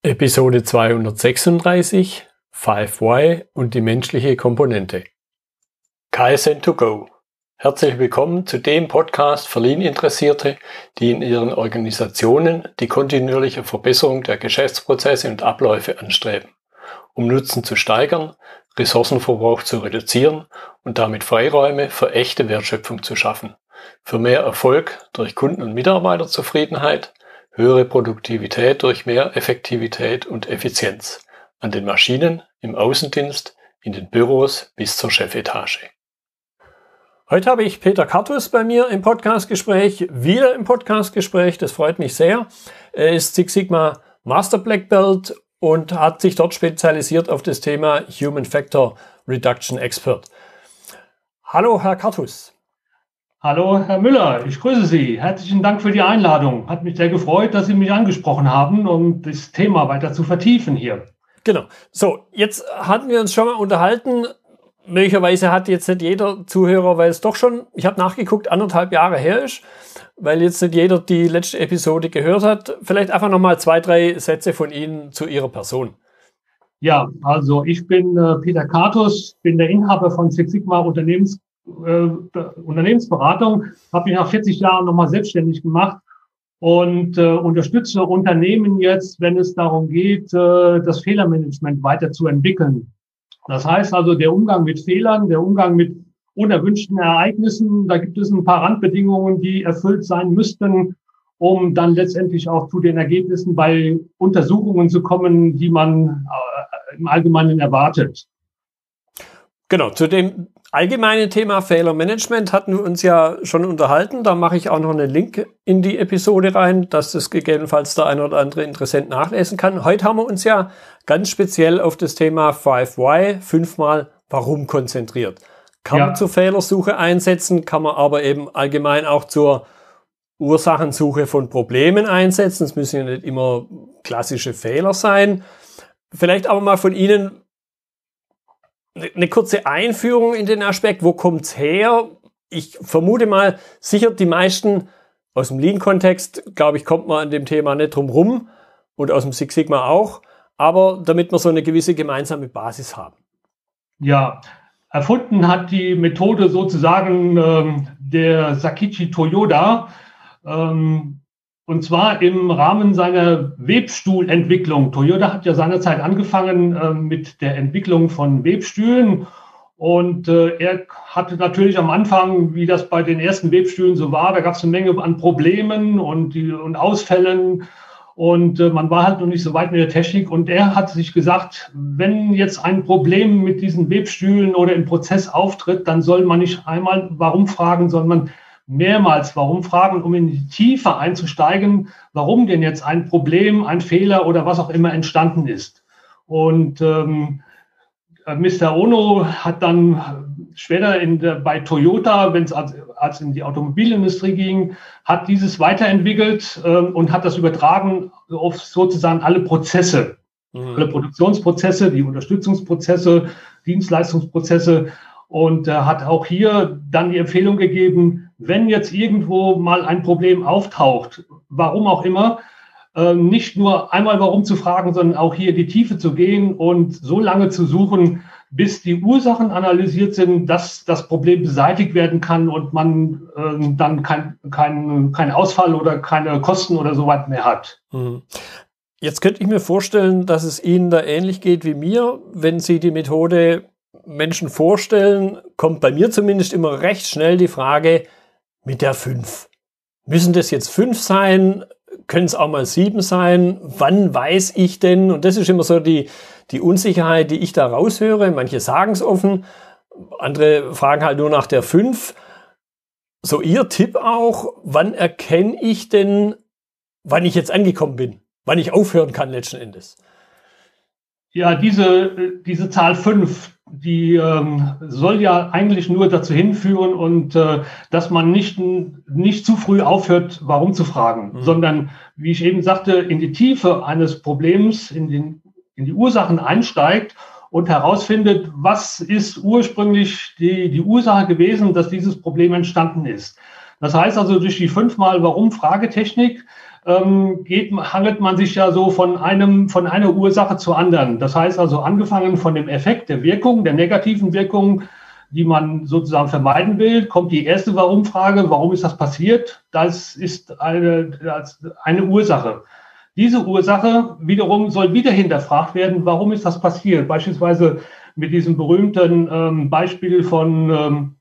Episode 236 5Why und die menschliche Komponente. Kaizen2Go. Herzlich willkommen zu dem Podcast für Lean-Interessierte, die in ihren Organisationen die kontinuierliche Verbesserung der Geschäftsprozesse und Abläufe anstreben, um Nutzen zu steigern, Ressourcenverbrauch zu reduzieren und damit Freiräume für echte Wertschöpfung zu schaffen, für mehr Erfolg durch Kunden- und Mitarbeiterzufriedenheit, höhere Produktivität durch mehr Effektivität und Effizienz an den Maschinen, im Außendienst, in den Büros bis zur Chefetage. Heute habe ich Peter Kartus bei mir im Podcastgespräch, wieder im Podcastgespräch, das freut mich sehr. Er ist Six Sigma Master Black Belt und hat sich dort spezialisiert auf das Thema Human Factor Reduction Expert. Hallo Herr Kartus. Hallo, Herr Müller, ich grüße Sie. Herzlichen Dank für die Einladung. Hat mich sehr gefreut, dass Sie mich angesprochen haben, um das Thema weiter zu vertiefen hier. Genau. So, jetzt hatten wir uns schon mal unterhalten. Möglicherweise hat jetzt nicht jeder Zuhörer, weil es doch schon, ich habe nachgeguckt, 1,5 Jahre her ist, weil jetzt nicht jeder die letzte Episode gehört hat. Vielleicht einfach nochmal 2, 3 Sätze von Ihnen zu Ihrer Person. Ja, also ich bin Peter Kartus, bin der Inhaber von Six Sigma Unternehmensberatung, habe mich nach 40 Jahren nochmal selbstständig gemacht und unterstütze Unternehmen jetzt, wenn es darum geht, das Fehlermanagement weiterzuentwickeln. Das heißt also, der Umgang mit Fehlern, der Umgang mit unerwünschten Ereignissen, da gibt es ein paar Randbedingungen, die erfüllt sein müssten, um dann letztendlich auch zu den Ergebnissen bei Untersuchungen zu kommen, die man im Allgemeinen erwartet. Genau, zu dem allgemeinen Thema Fehlermanagement hatten wir uns ja schon unterhalten. Da mache ich auch noch einen Link in die Episode rein, dass das gegebenenfalls der ein oder andere Interessent nachlesen kann. Heute haben wir uns ja ganz speziell auf das Thema 5Why, 5-mal Warum konzentriert. Kann man zur Fehlersuche einsetzen, kann man aber eben allgemein auch zur Ursachensuche von Problemen einsetzen. Es müssen ja nicht immer klassische Fehler sein. Vielleicht aber mal von Ihnen eine kurze Einführung in den Aspekt, wo kommt's her? Ich vermute mal, sicher die meisten aus dem Lean-Kontext, glaube ich, kommt man an dem Thema nicht drum rum und aus dem Six Sigma auch, aber damit wir so eine gewisse gemeinsame Basis haben. Ja, erfunden hat die Methode sozusagen der Sakichi Toyoda, und zwar im Rahmen seiner Webstuhlentwicklung. Toyota hat ja seinerzeit angefangen mit der Entwicklung von Webstühlen. Und er hatte natürlich am Anfang, wie das bei den ersten Webstühlen so war, da gab es eine Menge an Problemen und Ausfällen. Und man war halt noch nicht so weit mit der Technik. Und er hat sich gesagt, wenn jetzt ein Problem mit diesen Webstühlen oder im Prozess auftritt, dann soll man nicht einmal warum fragen, sondern man mehrmals warum fragen, um in die Tiefe einzusteigen, warum denn jetzt ein Problem, ein Fehler oder was auch immer entstanden ist. Und Mr. Ono hat dann später bei Toyota, wenn es als in die Automobilindustrie ging, hat dieses weiterentwickelt und hat das übertragen auf sozusagen alle Prozesse, alle Produktionsprozesse, die Unterstützungsprozesse, Dienstleistungsprozesse. Und hat auch hier dann die Empfehlung gegeben, wenn jetzt irgendwo mal ein Problem auftaucht, warum auch immer, nicht nur einmal warum zu fragen, sondern auch hier in die Tiefe zu gehen und so lange zu suchen, bis die Ursachen analysiert sind, dass das Problem beseitigt werden kann und man dann kein Ausfall oder keine Kosten oder so weit mehr hat. Jetzt könnte ich mir vorstellen, dass es Ihnen da ähnlich geht wie mir, wenn Sie die Methode Menschen vorstellen, kommt bei mir zumindest immer recht schnell die Frage mit der 5. Müssen das jetzt 5 sein? Können es auch mal 7 sein? Wann weiß ich denn? Und das ist immer so die Unsicherheit, die ich da raushöre. Manche sagen es offen, andere fragen halt nur nach der 5. So Ihr Tipp auch, wann erkenne ich denn, wann ich jetzt angekommen bin? Wann ich aufhören kann letzten Endes? Ja, diese Zahl 5, die soll ja eigentlich nur dazu hinführen und dass man nicht zu früh aufhört, warum zu fragen, sondern, wie ich eben sagte, in die Tiefe eines Problems, in die Ursachen einsteigt und herausfindet, was ist ursprünglich die Ursache gewesen, dass dieses Problem entstanden ist. Das heißt also, durch die 5-mal Warum-Fragetechnik hangelt man sich ja so von einer Ursache zur anderen. Das heißt also, angefangen von dem Effekt der Wirkung, der negativen Wirkung, die man sozusagen vermeiden will, kommt die erste Warum-Frage. Warum ist das passiert? Das ist eine Ursache. Diese Ursache wiederum soll wieder hinterfragt werden. Warum ist das passiert? Beispielsweise mit diesem berühmten Beispiel von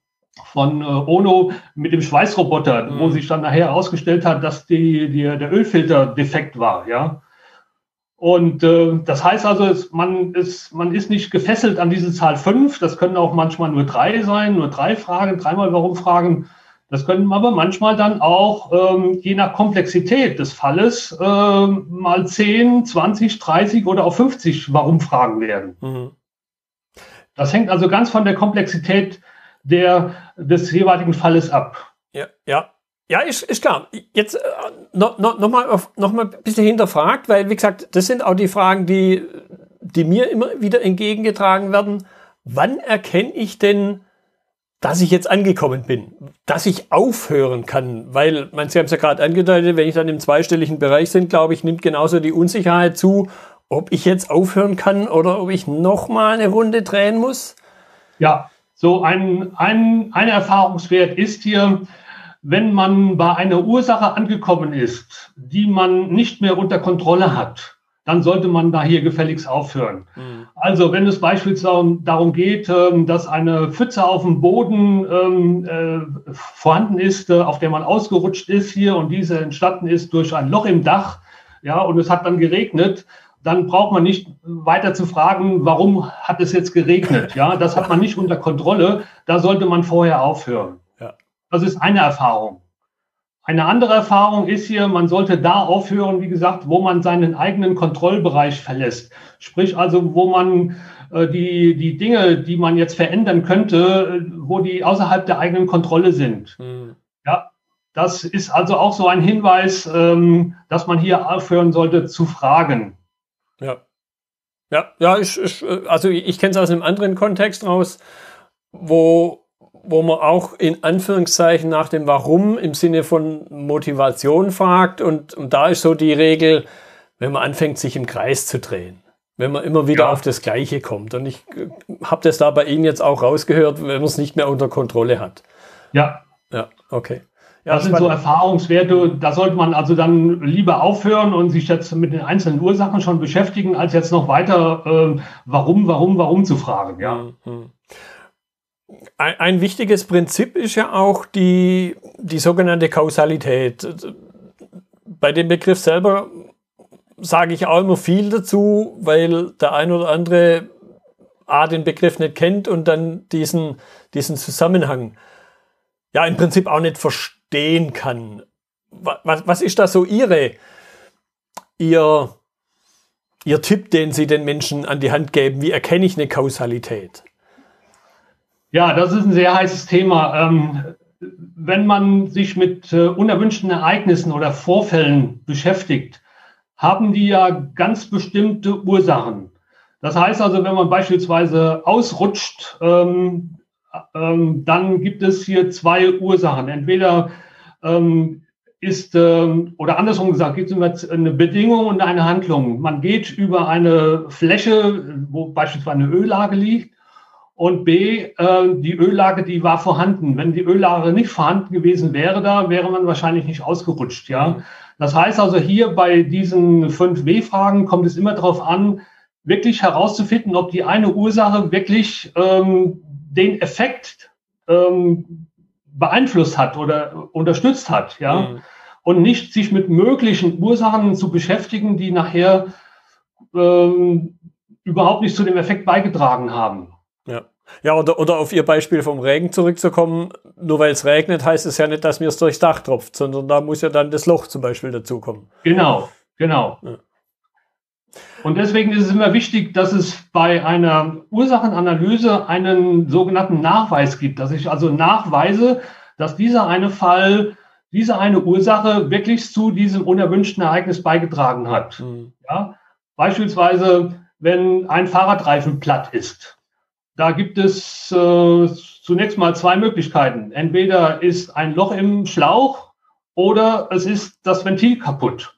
Ono mit dem Schweißroboter, wo sich dann nachher herausgestellt hat, dass der Ölfilter defekt war, ja. Und das heißt also, man ist nicht gefesselt an diese Zahl 5. Das können auch manchmal nur 3 sein, nur 3 Fragen, 3-mal Warum-Fragen. Das können aber manchmal dann auch, je nach Komplexität des Falles, mal 10, 20, 30 oder auch 50 Warum-Fragen werden. Mhm. Das hängt also ganz von der Komplexität des jeweiligen Falles ab. Ja, ist klar. Jetzt noch mal ein bisschen hinterfragt, weil, wie gesagt, das sind auch die Fragen, die mir immer wieder entgegengetragen werden. Wann erkenne ich denn, dass ich jetzt angekommen bin? Dass ich aufhören kann? Weil, Sie haben es ja gerade angedeutet, wenn ich dann im zweistelligen Bereich bin, glaube ich, nimmt genauso die Unsicherheit zu, ob ich jetzt aufhören kann oder ob ich noch mal eine Runde drehen muss. Ja, so ein Erfahrungswert ist hier, wenn man bei einer Ursache angekommen ist, die man nicht mehr unter Kontrolle hat, dann sollte man da hier gefälligst aufhören. Mhm. Also wenn es beispielsweise darum geht, dass eine Pfütze auf dem Boden vorhanden ist, auf der man ausgerutscht ist hier und diese entstanden ist durch ein Loch im Dach, ja, und es hat dann geregnet, dann braucht man nicht weiter zu fragen, warum hat es jetzt geregnet? Ja, das hat man nicht unter Kontrolle, da sollte man vorher aufhören. Das ist eine Erfahrung. Eine andere Erfahrung ist hier, man sollte da aufhören, wie gesagt, wo man seinen eigenen Kontrollbereich verlässt. Sprich also, wo man die Dinge, die man jetzt verändern könnte, wo die außerhalb der eigenen Kontrolle sind. Mhm. Ja, das ist also auch so ein Hinweis, dass man hier aufhören sollte zu fragen. Also ich kenne es aus einem anderen Kontext raus, wo man auch in Anführungszeichen nach dem Warum im Sinne von Motivation fragt und da ist so die Regel, wenn man anfängt, sich im Kreis zu drehen, wenn man immer wieder auf das Gleiche kommt. Und ich habe das da bei Ihnen jetzt auch rausgehört, wenn man es nicht mehr unter Kontrolle hat. Ja, okay. Ja, das sind so Erfahrungswerte, da sollte man also dann lieber aufhören und sich jetzt mit den einzelnen Ursachen schon beschäftigen, als jetzt noch weiter warum zu fragen. Ja. Mhm. Ein wichtiges Prinzip ist ja auch die sogenannte Kausalität. Bei dem Begriff selber sage ich auch immer viel dazu, weil der ein oder andere den Begriff nicht kennt und dann diesen Zusammenhang ja im Prinzip auch nicht verstehen kann. Was ist da so Ihr Tipp, den Sie den Menschen an die Hand geben? Wie erkenne ich eine Kausalität? Ja, das ist ein sehr heißes Thema. Wenn man sich mit unerwünschten Ereignissen oder Vorfällen beschäftigt, haben die ja ganz bestimmte Ursachen. Das heißt also, wenn man beispielsweise ausrutscht, dann gibt es hier 2 Ursachen. Entweder oder andersrum gesagt, gibt es immer eine Bedingung und eine Handlung. Man geht über eine Fläche, wo beispielsweise eine Öllage liegt, und B, die Öllage, die war vorhanden. Wenn die Öllage nicht vorhanden gewesen wäre, wäre man wahrscheinlich nicht ausgerutscht. Ja, das heißt also, hier bei diesen 5 W-Fragen kommt es immer darauf an, wirklich herauszufinden, ob die eine Ursache wirklich den Effekt beeinflusst hat oder unterstützt hat. Ja, und nicht sich mit möglichen Ursachen zu beschäftigen, die nachher überhaupt nicht zu dem Effekt beigetragen haben. Ja, oder auf Ihr Beispiel vom Regen zurückzukommen, nur weil es regnet, heißt es ja nicht, dass mir es durchs Dach tropft, sondern da muss ja dann das Loch zum Beispiel dazukommen. Genau. Ja. Und deswegen ist es immer wichtig, dass es bei einer Ursachenanalyse einen sogenannten Nachweis gibt, dass ich also nachweise, dass dieser eine Fall, diese eine Ursache wirklich zu diesem unerwünschten Ereignis beigetragen hat. Mhm. Ja? Beispielsweise, wenn ein Fahrradreifen platt ist. Da gibt es zunächst mal 2 Möglichkeiten. Entweder ist ein Loch im Schlauch oder es ist das Ventil kaputt.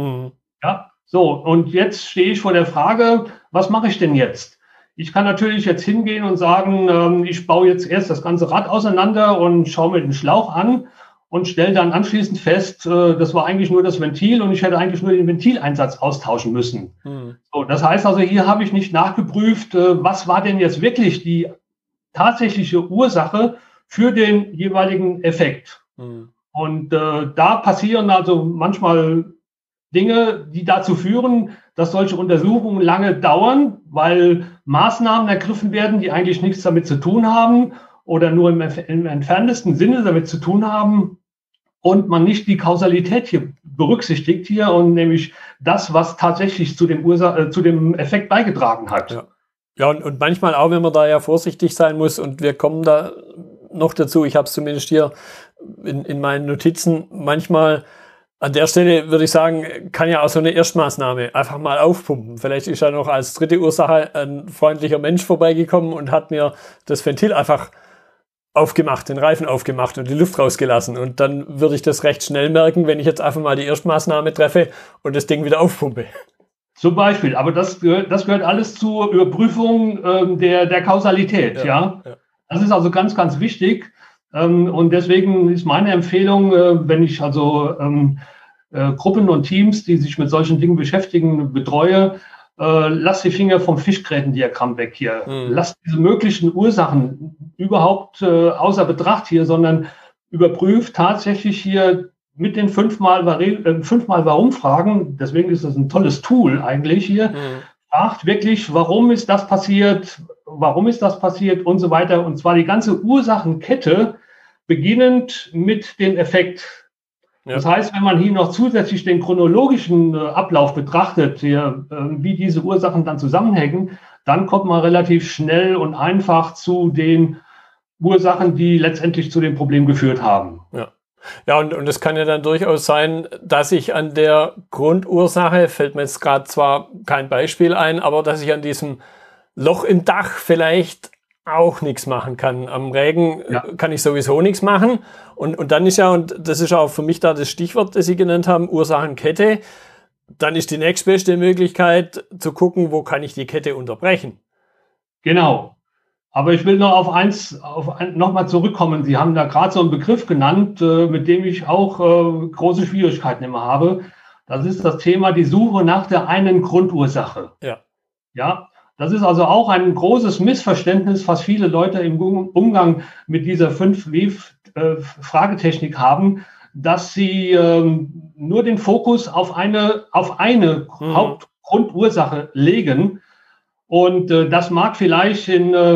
Ja, so, und jetzt stehe ich vor der Frage, was mache ich denn jetzt? Ich kann natürlich jetzt hingehen und sagen, ich baue jetzt erst das ganze Rad auseinander und schaue mir den Schlauch an und stelle dann anschließend fest, das war eigentlich nur das Ventil und ich hätte eigentlich nur den Ventileinsatz austauschen müssen. So, das heißt also, hier habe ich nicht nachgeprüft, was war denn jetzt wirklich die tatsächliche Ursache für den jeweiligen Effekt. Und da passieren also manchmal Dinge, die dazu führen, dass solche Untersuchungen lange dauern, weil Maßnahmen ergriffen werden, die eigentlich nichts damit zu tun haben oder nur im entferntesten Sinne damit zu tun haben und man nicht die Kausalität hier berücksichtigt hier und nämlich das, was tatsächlich zu dem Effekt beigetragen hat. Ja, und manchmal auch, wenn man da ja vorsichtig sein muss und wir kommen da noch dazu, ich habe es zumindest hier in meinen Notizen, manchmal an der Stelle würde ich sagen, kann ja auch so eine Erstmaßnahme einfach mal aufpumpen. Vielleicht ist ja noch als dritte Ursache ein freundlicher Mensch vorbeigekommen und hat mir das Ventil einfach aufgemacht, den Reifen aufgemacht und die Luft rausgelassen. Und dann würde ich das recht schnell merken, wenn ich jetzt einfach mal die Erstmaßnahme treffe und das Ding wieder aufpumpe. Zum Beispiel, aber das gehört alles zur Überprüfung der Kausalität. Ja. Das ist also ganz, ganz wichtig. Und deswegen ist meine Empfehlung, wenn ich also Gruppen und Teams, die sich mit solchen Dingen beschäftigen, betreue, lass die Finger vom Fischgrätendiagramm weg hier. Lass diese möglichen Ursachen überhaupt außer Betracht hier, sondern überprüft tatsächlich hier mit den fünfmal Warum-Fragen. Deswegen ist das ein tolles Tool eigentlich hier. Fragt wirklich, warum ist das passiert? Warum ist das passiert? Und so weiter. Und zwar die ganze Ursachenkette, beginnend mit dem Effekt. Das heißt, wenn man hier noch zusätzlich den chronologischen Ablauf betrachtet, hier, wie diese Ursachen dann zusammenhängen, dann kommt man relativ schnell und einfach zu den Ursachen, die letztendlich zu dem Problem geführt haben. Ja, und es kann ja dann durchaus sein, dass ich an der Grundursache, fällt mir jetzt gerade zwar kein Beispiel ein, aber dass ich an diesem Loch im Dach vielleicht auch nichts machen kann. Am Regen kann ich sowieso nichts machen. Und dann ist ja, und das ist auch für mich da das Stichwort, das Sie genannt haben, Ursachenkette. Dann ist die nächstbeste Möglichkeit zu gucken, wo kann ich die Kette unterbrechen. Genau. Aber ich will noch noch mal zurückkommen. Sie haben da gerade so einen Begriff genannt, mit dem ich auch große Schwierigkeiten immer habe. Das ist das Thema die Suche nach der einen Grundursache. Ja. Das ist also auch ein großes Missverständnis, was viele Leute im Umgang mit dieser 5W-Fragetechnik haben, dass sie nur den Fokus auf eine Hauptgrundursache legen. Und das mag vielleicht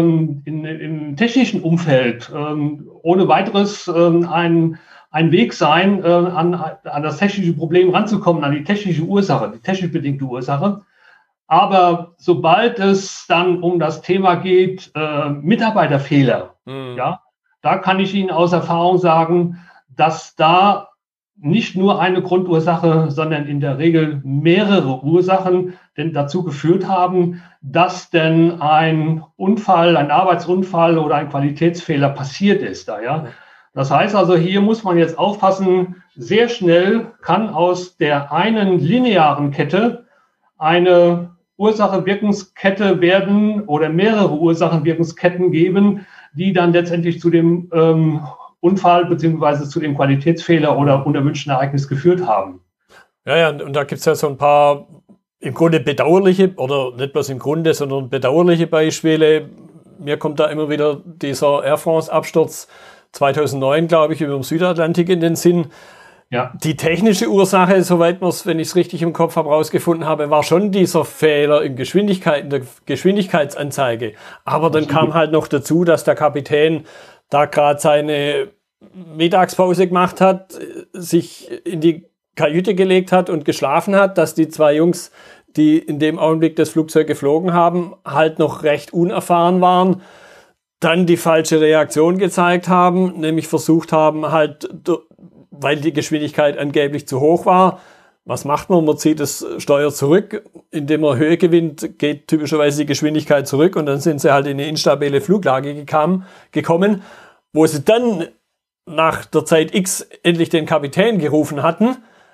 im technischen Umfeld ohne weiteres ein Weg sein, an das technische Problem ranzukommen, an die technische Ursache, die technisch bedingte Ursache. Aber sobald es dann um das Thema geht, Mitarbeiterfehler, da kann ich Ihnen aus Erfahrung sagen, dass da nicht nur eine Grundursache, sondern in der Regel mehrere Ursachen denn dazu geführt haben, dass denn ein Unfall, ein Arbeitsunfall oder ein Qualitätsfehler passiert ist. Das heißt also, hier muss man jetzt aufpassen, sehr schnell kann aus der einen linearen Kette eine Ursache-Wirkungskette werden oder mehrere Ursachen-Wirkungsketten geben, die dann letztendlich zu dem Unfall beziehungsweise zu dem Qualitätsfehler oder unerwünschten Ereignis geführt haben. Ja, und da gibt es ja so ein paar im Grunde bedauerliche, oder nicht bloß im Grunde, sondern bedauerliche Beispiele. Mir kommt da immer wieder dieser Air France-Absturz 2009, glaube ich, über dem Südatlantik in den Sinn. Die technische Ursache, soweit man es, wenn ich es richtig im Kopf habe, rausgefunden habe, war schon dieser Fehler in der Geschwindigkeitsanzeige. Aber dann kam halt noch dazu, dass der Kapitän da gerade seine Mittagspause gemacht hat, sich in die Kajüte gelegt hat und geschlafen hat, dass die zwei Jungs, die in dem Augenblick das Flugzeug geflogen haben, halt noch recht unerfahren waren, dann die falsche Reaktion gezeigt haben, nämlich versucht haben, halt, weil die Geschwindigkeit angeblich zu hoch war. Was macht man? Man zieht das Steuer zurück. Indem man Höhe gewinnt, geht typischerweise die Geschwindigkeit zurück und dann sind sie halt in eine instabile Fluglage gekommen, wo sie dann nach der Zeit X endlich den Kapitän gerufen hatten,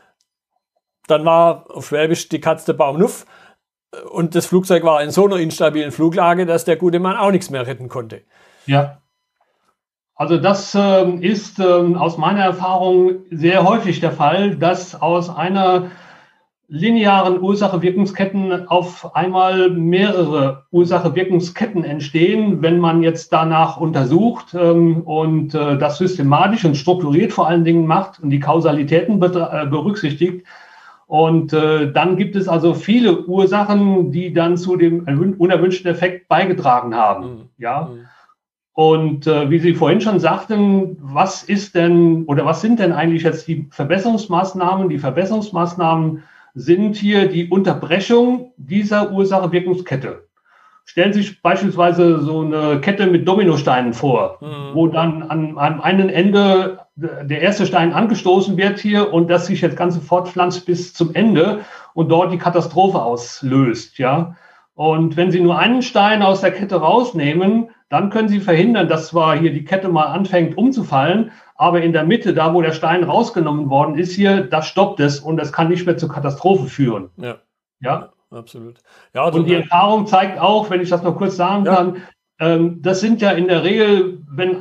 dann war auf Schwäbisch die Katz der Baum nuff und das Flugzeug war in so einer instabilen Fluglage, dass der gute Mann auch nichts mehr retten konnte. Ja, also das ist aus meiner Erfahrung sehr häufig der Fall, dass aus einer linearen Ursache-Wirkungsketten auf einmal mehrere Ursache-Wirkungsketten entstehen, wenn man jetzt danach untersucht und das systematisch und strukturiert vor allen Dingen macht und die Kausalitäten berücksichtigt. Und dann gibt es also viele Ursachen, die dann zu dem unerwünschten Effekt beigetragen haben. Ja. Und wie Sie vorhin schon sagten, was ist denn oder was sind denn eigentlich jetzt die Verbesserungsmaßnahmen? Die Verbesserungsmaßnahmen sind hier die Unterbrechung dieser Ursache-Wirkungskette. Stellen Sie sich beispielsweise so eine Kette mit Dominosteinen vor, wo dann an einem Ende der erste Stein angestoßen wird hier und das sich das Ganze fortpflanzt bis zum Ende und dort die Katastrophe auslöst. Ja? Und wenn Sie nur einen Stein aus der Kette rausnehmen, dann können Sie verhindern, dass zwar hier die Kette mal anfängt umzufallen, aber in der Mitte, da wo der Stein rausgenommen worden ist hier, da stoppt es und es kann nicht mehr zur Katastrophe führen. Ja, ja? Absolut. Ja, also und die Erfahrung zeigt auch, wenn ich das noch kurz sagen kann, das sind ja in der Regel, wenn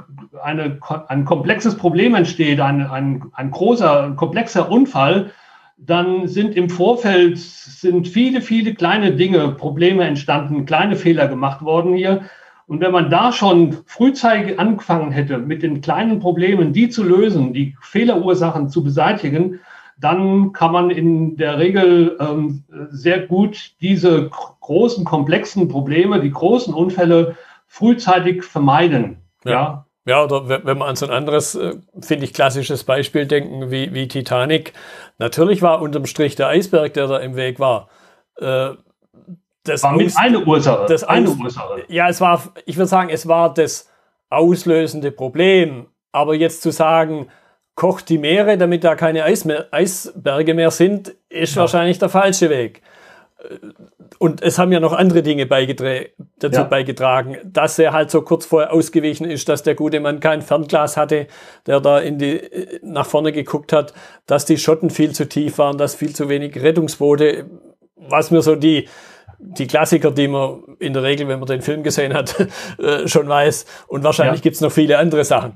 ein komplexes Problem entsteht, ein komplexer Unfall, dann sind im Vorfeld viele, viele kleine Dinge, Probleme entstanden, kleine Fehler gemacht worden hier. Und wenn man da schon frühzeitig angefangen hätte, mit den kleinen Problemen, die zu lösen, die Fehlerursachen zu beseitigen, dann kann man in der Regel sehr gut diese großen, komplexen Probleme, die großen Unfälle frühzeitig vermeiden. Ja. Ja, oder wenn wir an so ein anderes, finde ich, klassisches Beispiel denken, wie Titanic. Natürlich war unterm Strich der Eisberg, der da im Weg war. Das war eine Ursache. Ja, ich würde sagen, es war das auslösende Problem. Aber jetzt zu sagen, kocht die Meere, damit da keine Eisberge mehr sind, ist wahrscheinlich der falsche Weg. Und es haben ja noch andere Dinge dazu beigetragen, dass er halt so kurz vorher ausgewichen ist, dass der gute Mann kein Fernglas hatte, der da nach vorne geguckt hat, dass die Schotten viel zu tief waren, dass viel zu wenig Rettungsboote, was mir so die Klassiker, die man in der Regel, wenn man den Film gesehen hat, schon weiß. Und wahrscheinlich gibt's noch viele andere Sachen.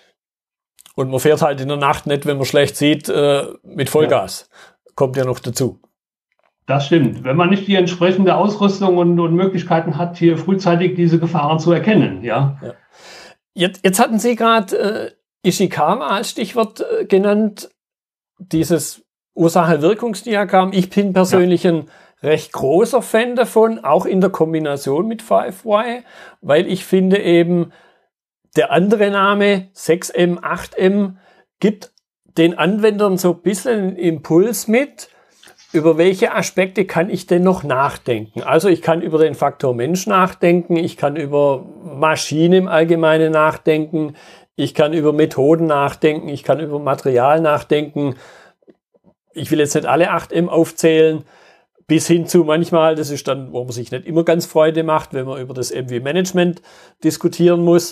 Und man fährt halt in der Nacht nicht, wenn man schlecht sieht, mit Vollgas. Kommt ja noch dazu. Das stimmt. Wenn man nicht die entsprechende Ausrüstung und Möglichkeiten hat, hier frühzeitig diese Gefahren zu erkennen. Ja. Jetzt hatten Sie gerade Ishikawa als Stichwort genannt, dieses Ursache-Wirkungsdiagramm. Ich bin persönlich ein recht großer Fan davon, auch in der Kombination mit 5Y, weil ich finde eben, der andere Name 6M, 8M gibt den Anwendern so ein bisschen einen Impuls mit, über welche Aspekte kann ich denn noch nachdenken? Also ich kann über den Faktor Mensch nachdenken, ich kann über Maschine im Allgemeinen nachdenken, ich kann über Methoden nachdenken, ich kann über Material nachdenken. Ich will jetzt nicht alle 8M aufzählen, bis hin zu manchmal, das ist dann, wo man sich nicht immer ganz Freude macht, wenn man über das MV-Management diskutieren muss.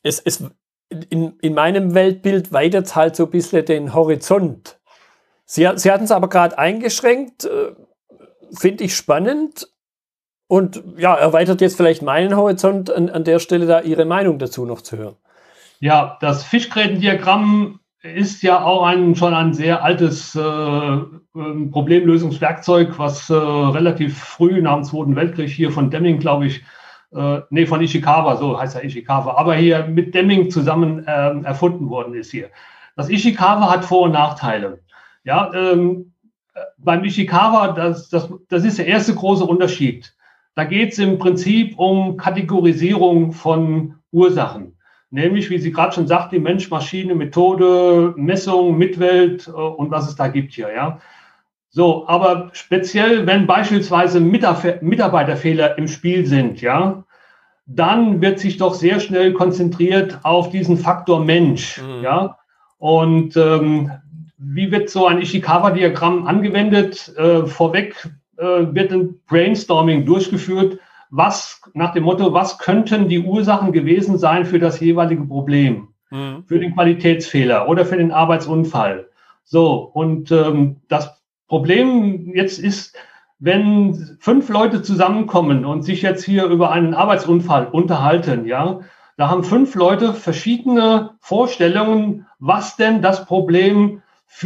In meinem Weltbild weitet es halt so ein bisschen den Horizont. Sie hatten es aber gerade eingeschränkt, finde ich spannend und ja, erweitert jetzt vielleicht meinen Horizont an der Stelle, da Ihre Meinung dazu noch zu hören. Ja, das Fischgrätendiagramm ist ja auch schon ein sehr altes Problemlösungswerkzeug, was relativ früh nach dem Zweiten Weltkrieg hier von Deming, glaube ich, von Ishikawa, so heißt er Ishikawa, aber hier mit Deming zusammen erfunden worden ist hier. Das Ishikawa hat Vor- und Nachteile. Ja, beim Ishikawa, das ist der erste große Unterschied. Da geht es im Prinzip um Kategorisierung von Ursachen. Nämlich, wie Sie gerade schon sagten, die Mensch, Maschine, Methode, Messung, Mitwelt und was es da gibt hier. Ja. So, aber speziell, wenn beispielsweise Mitarbeiterfehler im Spiel sind, ja, dann wird sich doch sehr schnell konzentriert auf diesen Faktor Mensch. Ja. Und wie wird so ein Ishikawa-Diagramm angewendet? Vorweg wird ein Brainstorming durchgeführt, nach dem Motto, was könnten die Ursachen gewesen sein für das jeweilige Problem? für den Qualitätsfehler oder für den Arbeitsunfall. So, und das Problem jetzt ist, wenn 5 Leute zusammenkommen und sich jetzt hier über einen Arbeitsunfall unterhalten, ja, da haben 5 Leute verschiedene Vorstellungen, was denn das Problem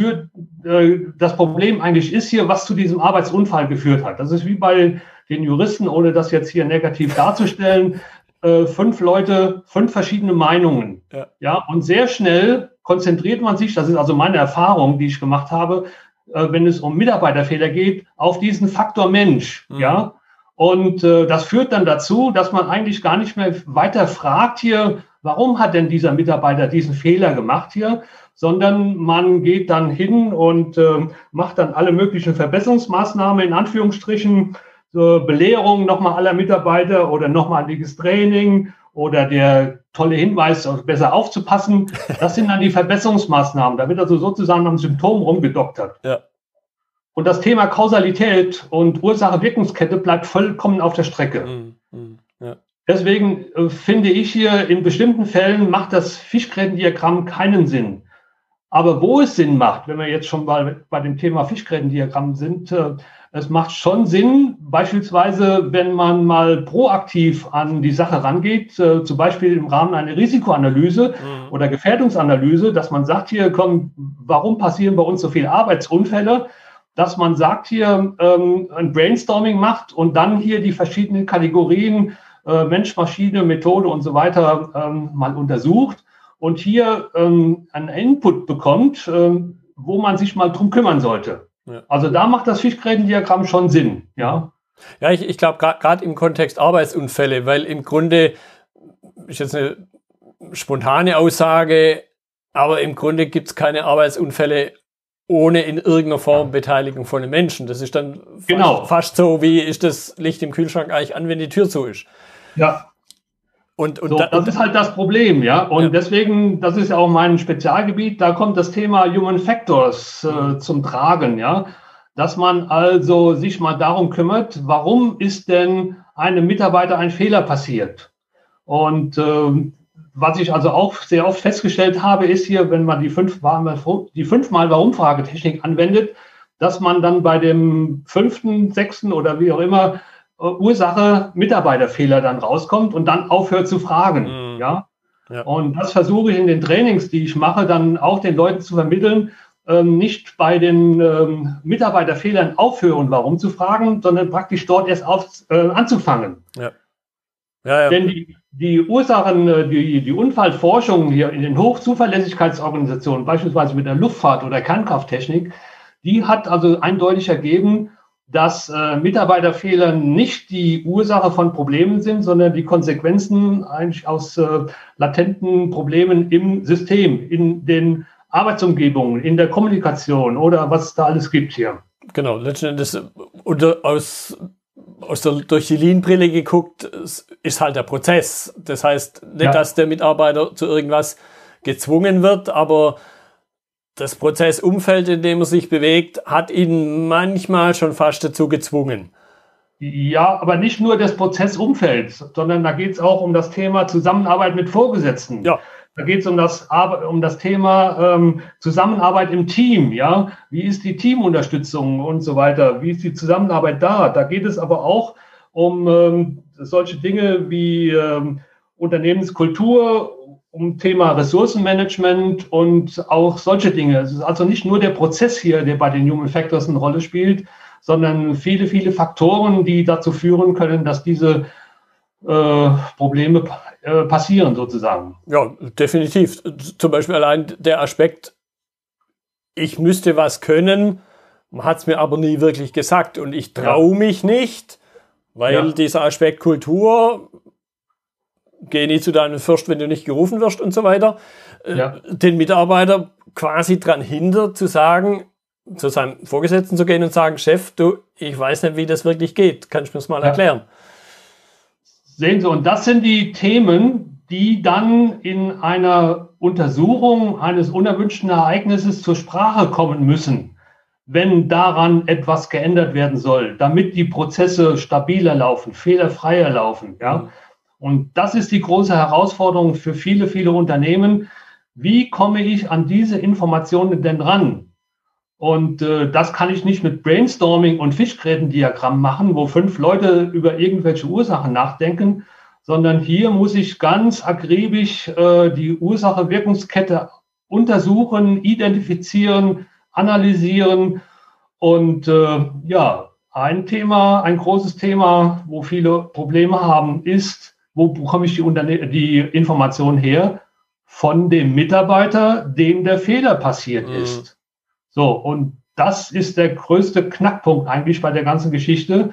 eigentlich ist hier, was zu diesem Arbeitsunfall geführt hat. Das ist wie bei den Juristen, ohne das jetzt hier negativ darzustellen. 5 Leute, 5 verschiedene Meinungen. Ja, und sehr schnell konzentriert man sich, das ist also meine Erfahrung, die ich gemacht habe, wenn es um Mitarbeiterfehler geht, auf diesen Faktor Mensch. Ja, und das führt dann dazu, dass man eigentlich gar nicht mehr weiter fragt hier, warum hat denn dieser Mitarbeiter diesen Fehler gemacht hier, sondern man geht dann hin und macht dann alle möglichen Verbesserungsmaßnahmen, in Anführungsstrichen, Belehrung nochmal aller Mitarbeiter oder nochmaliges Training oder der tolle Hinweis, besser aufzupassen. Das sind dann die Verbesserungsmaßnahmen. Da wird also sozusagen am Symptom rumgedoktert. Ja. Und das Thema Kausalität und Ursache-Wirkungskette bleibt vollkommen auf der Strecke. Ja. Deswegen finde ich hier, in bestimmten Fällen macht das Fischgrätendiagramm keinen Sinn. Aber wo es Sinn macht, wenn wir jetzt schon mal bei dem Thema Fischgrätendiagramm sind, es macht schon Sinn, beispielsweise, wenn man mal proaktiv an die Sache rangeht, zum Beispiel im Rahmen einer Risikoanalyse oder Gefährdungsanalyse, dass man sagt hier, komm, warum passieren bei uns so viele Arbeitsunfälle, dass man sagt hier, ein Brainstorming macht und dann hier die verschiedenen Kategorien Mensch, Maschine, Methode und so weiter mal untersucht und hier einen Input bekommt, wo man sich mal drum kümmern sollte. Ja. Also da macht das Fischgrätendiagramm schon Sinn, ja. Ja, ich glaube gerade im Kontext Arbeitsunfälle, weil im Grunde ist jetzt eine spontane Aussage, aber im Grunde gibt es keine Arbeitsunfälle ohne in irgendeiner Form Beteiligung von den Menschen. Das ist dann fast so, wie ist das Licht im Kühlschrank eigentlich an, wenn die Tür zu ist. Ja. Das ist halt das Problem, ja. Und deswegen, das ist ja auch mein Spezialgebiet, da kommt das Thema Human Factors zum Tragen, ja. Dass man also sich mal darum kümmert, warum ist denn einem Mitarbeiter ein Fehler passiert? Und was ich also auch sehr oft festgestellt habe, ist hier, wenn man die 5-mal-Warum-Fragetechnik anwendet, dass man dann bei dem 5., 6. oder wie auch immer Ursache Mitarbeiterfehler dann rauskommt und dann aufhört zu fragen. Ja? Und das versuche ich in den Trainings, die ich mache, dann auch den Leuten zu vermitteln, nicht bei den Mitarbeiterfehlern aufhören, warum zu fragen, sondern praktisch dort erst anzufangen. Ja. Denn die Ursachen, die Unfallforschung hier in den Hochzuverlässigkeitsorganisationen, beispielsweise mit der Luftfahrt oder Kernkrafttechnik, die hat also eindeutig ergeben, dass Mitarbeiterfehler nicht die Ursache von Problemen sind, sondern die Konsequenzen eigentlich aus latenten Problemen im System, in den Arbeitsumgebungen, in der Kommunikation oder was es da alles gibt hier. Genau, letzten Endes durch die Lean-Brille geguckt, ist halt der Prozess. Das heißt nicht, dass der Mitarbeiter zu irgendwas gezwungen wird, aber das Prozessumfeld, in dem er sich bewegt, hat ihn manchmal schon fast dazu gezwungen. Ja, aber nicht nur das Prozessumfeld, sondern da geht es auch um das Thema Zusammenarbeit mit Vorgesetzten. Ja. Da geht es um das Thema Zusammenarbeit im Team. Ja, wie ist die Teamunterstützung und so weiter? Wie ist die Zusammenarbeit da? Da geht es aber auch um solche Dinge wie Unternehmenskultur, um Thema Ressourcenmanagement und auch solche Dinge. Es ist also nicht nur der Prozess hier, der bei den Human Factors eine Rolle spielt, sondern viele, viele Faktoren, die dazu führen können, dass diese Probleme passieren sozusagen. Ja, definitiv. Zum Beispiel allein der Aspekt, ich müsste was können, man hat es mir aber nie wirklich gesagt und ich traue mich nicht, weil dieser Aspekt Kultur, geh nie zu deinem Fürst, wenn du nicht gerufen wirst und so weiter, den Mitarbeiter quasi dran hindert zu sagen, zu seinem Vorgesetzten zu gehen und sagen, Chef, du, ich weiß nicht, wie das wirklich geht, kannst du mir das mal erklären? Sehen Sie, und das sind die Themen, die dann in einer Untersuchung eines unerwünschten Ereignisses zur Sprache kommen müssen, wenn daran etwas geändert werden soll, damit die Prozesse stabiler laufen, fehlerfreier laufen. Ja? Und das ist die große Herausforderung für viele, viele Unternehmen, wie komme ich an diese Informationen denn ran? Und das kann ich nicht mit Brainstorming und Fischgrätendiagramm machen, wo 5 Leute über irgendwelche Ursachen nachdenken, sondern hier muss ich ganz akribisch die Ursache-Wirkungskette untersuchen, identifizieren, analysieren. Und ein großes Thema, wo viele Probleme haben, ist, wo bekomme ich die Information her? Von dem Mitarbeiter, dem der Fehler passiert ist. So, und das ist der größte Knackpunkt eigentlich bei der ganzen Geschichte.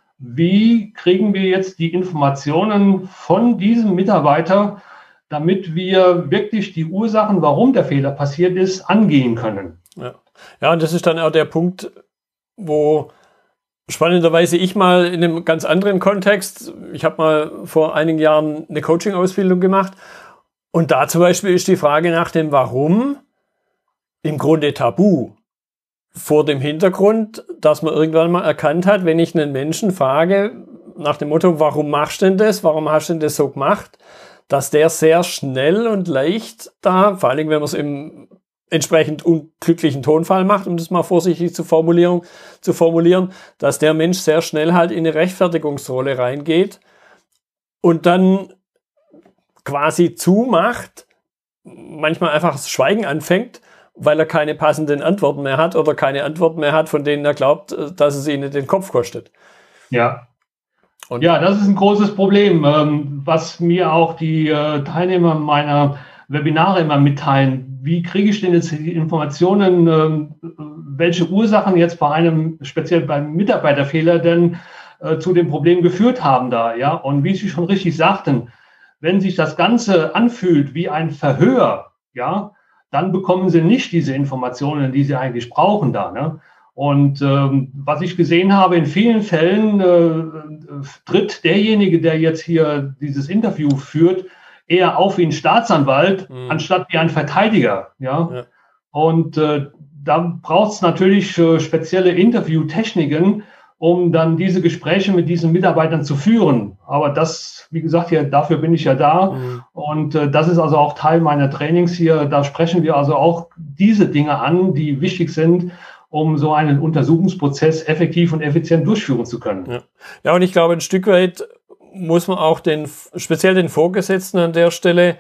Wie kriegen wir jetzt die Informationen von diesem Mitarbeiter, damit wir wirklich die Ursachen, warum der Fehler passiert ist, angehen können? Ja, und das ist dann auch der Punkt, wo spannenderweise ich mal in einem ganz anderen Kontext, ich habe mal vor einigen Jahren eine Coaching-Ausbildung gemacht und da zum Beispiel ist die Frage nach dem Warum im Grunde tabu. Vor dem Hintergrund, dass man irgendwann mal erkannt hat, wenn ich einen Menschen frage, nach dem Motto, warum machst du denn das? Warum hast du denn das so gemacht? Dass der sehr schnell und leicht da, vor allem wenn man es im entsprechend unglücklichen Tonfall macht, um das mal vorsichtig zu formulieren, dass der Mensch sehr schnell halt in eine Rechtfertigungsrolle reingeht und dann quasi zumacht, manchmal einfach das Schweigen anfängt, weil er keine passenden Antworten mehr hat oder keine Antworten mehr hat, von denen er glaubt, dass es ihnen den Kopf kostet. Ja. Ja, das ist ein großes Problem, was mir auch die Teilnehmer meiner Webinare immer mitteilen. Wie kriege ich denn jetzt die Informationen, welche Ursachen jetzt speziell beim Mitarbeiterfehler denn zu dem Problem geführt haben da, ja? Und wie Sie schon richtig sagten, wenn sich das Ganze anfühlt wie ein Verhör, ja, dann bekommen Sie nicht diese Informationen, die Sie eigentlich brauchen da, ne? Und was ich gesehen habe, in vielen Fällen tritt derjenige, der jetzt hier dieses Interview führt, eher auf wie ein Staatsanwalt, anstatt wie ein Verteidiger. Ja? Und da braucht es natürlich spezielle Interviewtechniken, um dann diese Gespräche mit diesen Mitarbeitern zu führen. Aber das, wie gesagt, hier, dafür bin ich ja da. Und das ist also auch Teil meiner Trainings hier. Da sprechen wir also auch diese Dinge an, die wichtig sind, um so einen Untersuchungsprozess effektiv und effizient durchführen zu können. Ja, und ich glaube, ein Stück weit muss man auch speziell den Vorgesetzten an der Stelle,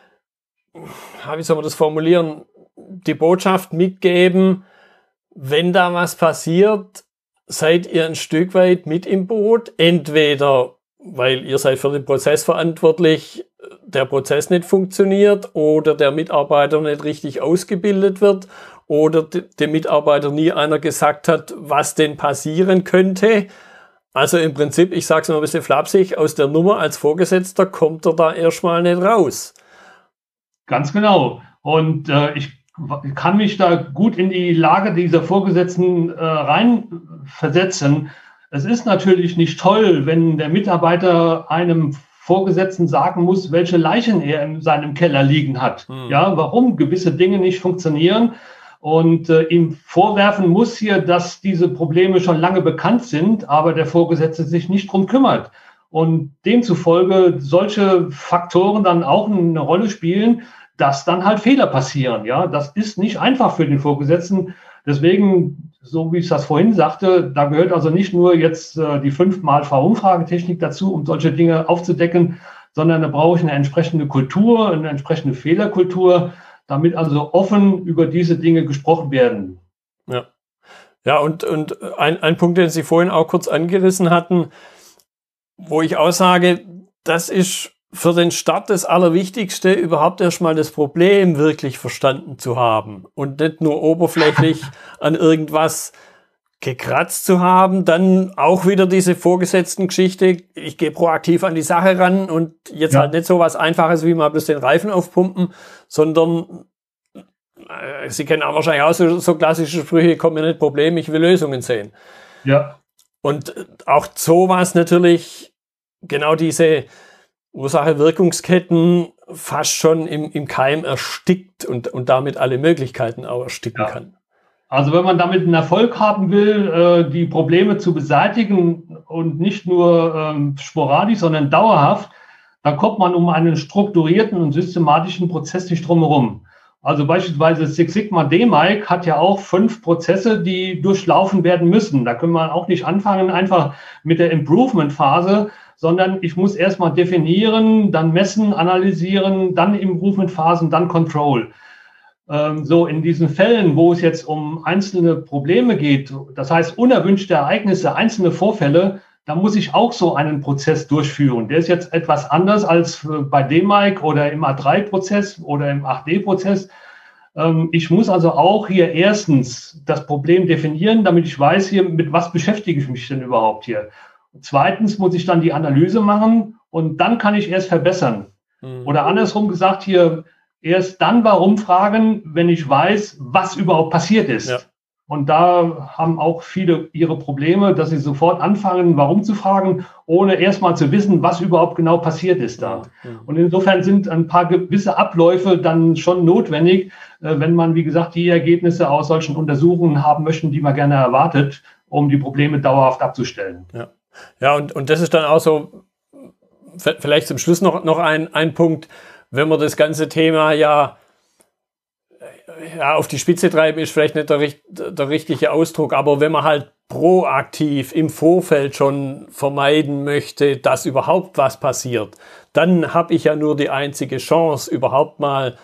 wie soll man das formulieren, die Botschaft mitgeben, wenn da was passiert, seid ihr ein Stück weit mit im Boot, entweder weil ihr seid für den Prozess verantwortlich, der Prozess nicht funktioniert oder der Mitarbeiter nicht richtig ausgebildet wird oder dem Mitarbeiter nie einer gesagt hat, was denn passieren könnte. Also im Prinzip, ich sage es mal ein bisschen flapsig, aus der Nummer als Vorgesetzter kommt er da erstmal nicht raus. Ganz genau. Und ich kann mich da gut in die Lage dieser Vorgesetzten reinversetzen. Es ist natürlich nicht toll, wenn der Mitarbeiter einem Vorgesetzten sagen muss, welche Leichen er in seinem Keller liegen hat. Ja, warum gewisse Dinge nicht funktionieren. Und ihm vorwerfen muss hier, dass diese Probleme schon lange bekannt sind, aber der Vorgesetzte sich nicht drum kümmert. Und demzufolge solche Faktoren dann auch eine Rolle spielen, dass dann halt Fehler passieren. Ja, das ist nicht einfach für den Vorgesetzten. Deswegen, so wie ich das vorhin sagte, da gehört also nicht nur jetzt die 5x-V-Umfragetechnik dazu, um solche Dinge aufzudecken, sondern da brauche ich eine entsprechende Kultur, eine entsprechende Fehlerkultur, damit also offen über diese Dinge gesprochen werden. Ja, und ein Punkt, den Sie vorhin auch kurz angerissen hatten, wo ich auch sage, das ist für den Start das Allerwichtigste, überhaupt erstmal das Problem wirklich verstanden zu haben und nicht nur oberflächlich an irgendwas gekratzt zu haben, dann auch wieder diese Vorgesetzten-Geschichte, ich gehe proaktiv an die Sache ran und jetzt halt nicht so was Einfaches wie mal bloß den Reifen aufpumpen, sondern Sie kennen auch wahrscheinlich auch so klassische Sprüche, kommt mir nicht Problem, ich will Lösungen sehen. Ja. Und auch sowas natürlich, genau diese Ursache-Wirkungsketten fast schon im Keim erstickt und damit alle Möglichkeiten auch ersticken kann. Also wenn man damit einen Erfolg haben will, die Probleme zu beseitigen und nicht nur sporadisch, sondern dauerhaft, dann kommt man um einen strukturierten und systematischen Prozess nicht drum herum. Also beispielsweise Six Sigma DMAIC hat ja auch 5 Prozesse, die durchlaufen werden müssen. Da können wir auch nicht anfangen einfach mit der Improvement-Phase, sondern ich muss erstmal definieren, dann messen, analysieren, dann Improvement-Phasen, dann Control. So in diesen Fällen, wo es jetzt um einzelne Probleme geht, das heißt unerwünschte Ereignisse, einzelne Vorfälle, da muss ich auch so einen Prozess durchführen. Der ist jetzt etwas anders als bei DMAIC oder im A3-Prozess oder im 8D-Prozess. Ich muss also auch hier erstens das Problem definieren, damit ich weiß, hier mit was beschäftige ich mich denn überhaupt hier. Zweitens muss ich dann die Analyse machen und dann kann ich erst verbessern. Oder andersrum gesagt hier, erst dann warum fragen, wenn ich weiß, was überhaupt passiert ist. Ja. Und da haben auch viele ihre Probleme, dass sie sofort anfangen, warum zu fragen, ohne erstmal zu wissen, was überhaupt genau passiert ist da. Und insofern sind ein paar gewisse Abläufe dann schon notwendig, wenn man, wie gesagt, die Ergebnisse aus solchen Untersuchungen haben möchte, die man gerne erwartet, um die Probleme dauerhaft abzustellen. Ja, und das ist dann auch so, vielleicht zum Schluss noch ein Punkt, wenn man das ganze Thema ja auf die Spitze treiben, ist vielleicht nicht der richtige Ausdruck, aber wenn man halt proaktiv im Vorfeld schon vermeiden möchte, dass überhaupt was passiert, dann habe ich ja nur die einzige Chance, überhaupt mal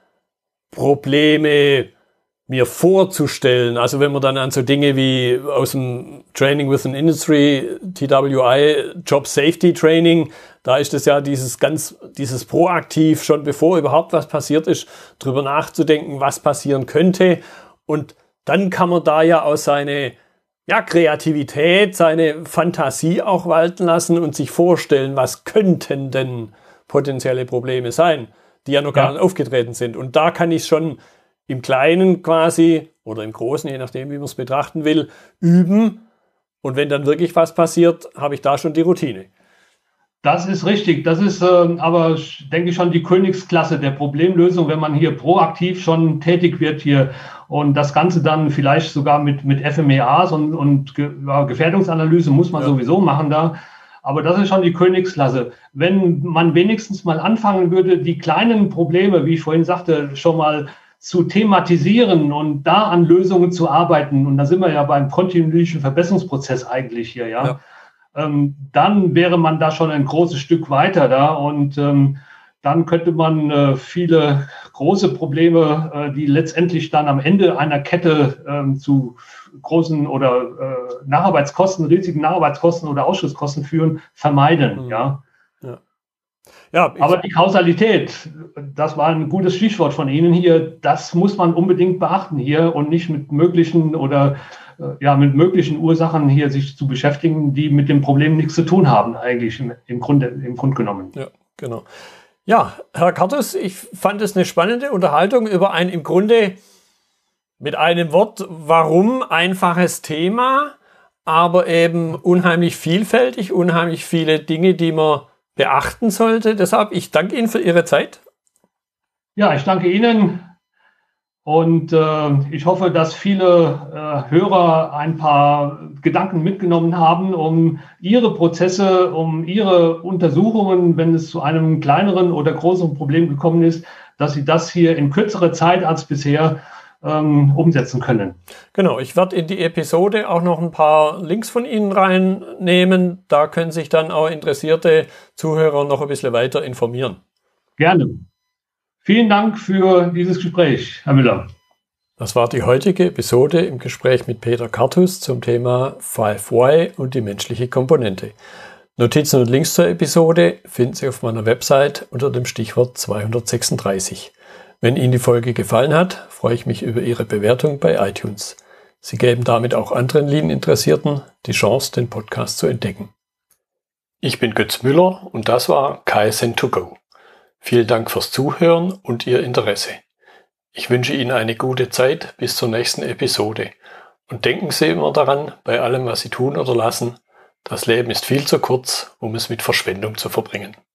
Probleme mir vorzustellen. Also wenn man dann an so Dinge wie aus dem Training within Industry, TWI, Job Safety Training, da ist es ja dieses proaktiv, schon bevor überhaupt was passiert ist, drüber nachzudenken, was passieren könnte. Und dann kann man da ja auch seine Kreativität, seine Fantasie auch walten lassen und sich vorstellen, was könnten denn potenzielle Probleme sein, die ja noch gar nicht aufgetreten sind. Und da kann ich schon im Kleinen quasi oder im Großen, je nachdem, wie man es betrachten will, üben. Und wenn dann wirklich was passiert, habe ich da schon die Routine. Das ist richtig. Das ist aber, denke ich, schon die Königsklasse der Problemlösung, wenn man hier proaktiv schon tätig wird hier und das Ganze dann vielleicht sogar mit FMEAs und Gefährdungsanalyse muss man sowieso machen da. Aber das ist schon die Königsklasse. Wenn man wenigstens mal anfangen würde, die kleinen Probleme, wie ich vorhin sagte, schon mal zu thematisieren und da an Lösungen zu arbeiten, und da sind wir ja beim kontinuierlichen Verbesserungsprozess eigentlich hier, ja. Dann wäre man da schon ein großes Stück weiter da und dann könnte man viele große Probleme, die letztendlich dann am Ende einer Kette zu großen oder riesigen Nacharbeitskosten oder Ausschusskosten führen, vermeiden, Ja, aber die Kausalität, das war ein gutes Stichwort von Ihnen hier, das muss man unbedingt beachten hier und nicht mit möglichen Ursachen hier sich zu beschäftigen, die mit dem Problem nichts zu tun haben, eigentlich im Grunde genommen. Ja, genau. Ja, Herr Kartus, ich fand es eine spannende Unterhaltung über ein im Grunde mit einem Wort, warum einfaches Thema, aber eben unheimlich vielfältig, unheimlich viele Dinge, die man beachten sollte. Deshalb, ich danke Ihnen für Ihre Zeit. Ja, ich danke Ihnen und ich hoffe, dass viele Hörer ein paar Gedanken mitgenommen haben, um ihre Prozesse, um ihre Untersuchungen, wenn es zu einem kleineren oder größeren Problem gekommen ist, dass sie das hier in kürzerer Zeit als bisher umsetzen können. Genau, ich werde in die Episode auch noch ein paar Links von Ihnen reinnehmen. Da können sich dann auch interessierte Zuhörer noch ein bisschen weiter informieren. Gerne. Vielen Dank für dieses Gespräch, Herr Müller. Das war die heutige Episode im Gespräch mit Peter Kartus zum Thema 5Y und die menschliche Komponente. Notizen und Links zur Episode finden Sie auf meiner Website unter dem Stichwort 236. Wenn Ihnen die Folge gefallen hat, freue ich mich über Ihre Bewertung bei iTunes. Sie geben damit auch anderen Lean-Interessierten die Chance, den Podcast zu entdecken. Ich bin Götz Müller und das war Kaizen2Go. Vielen Dank fürs Zuhören und Ihr Interesse. Ich wünsche Ihnen eine gute Zeit bis zur nächsten Episode. Und denken Sie immer daran, bei allem, was Sie tun oder lassen, das Leben ist viel zu kurz, um es mit Verschwendung zu verbringen.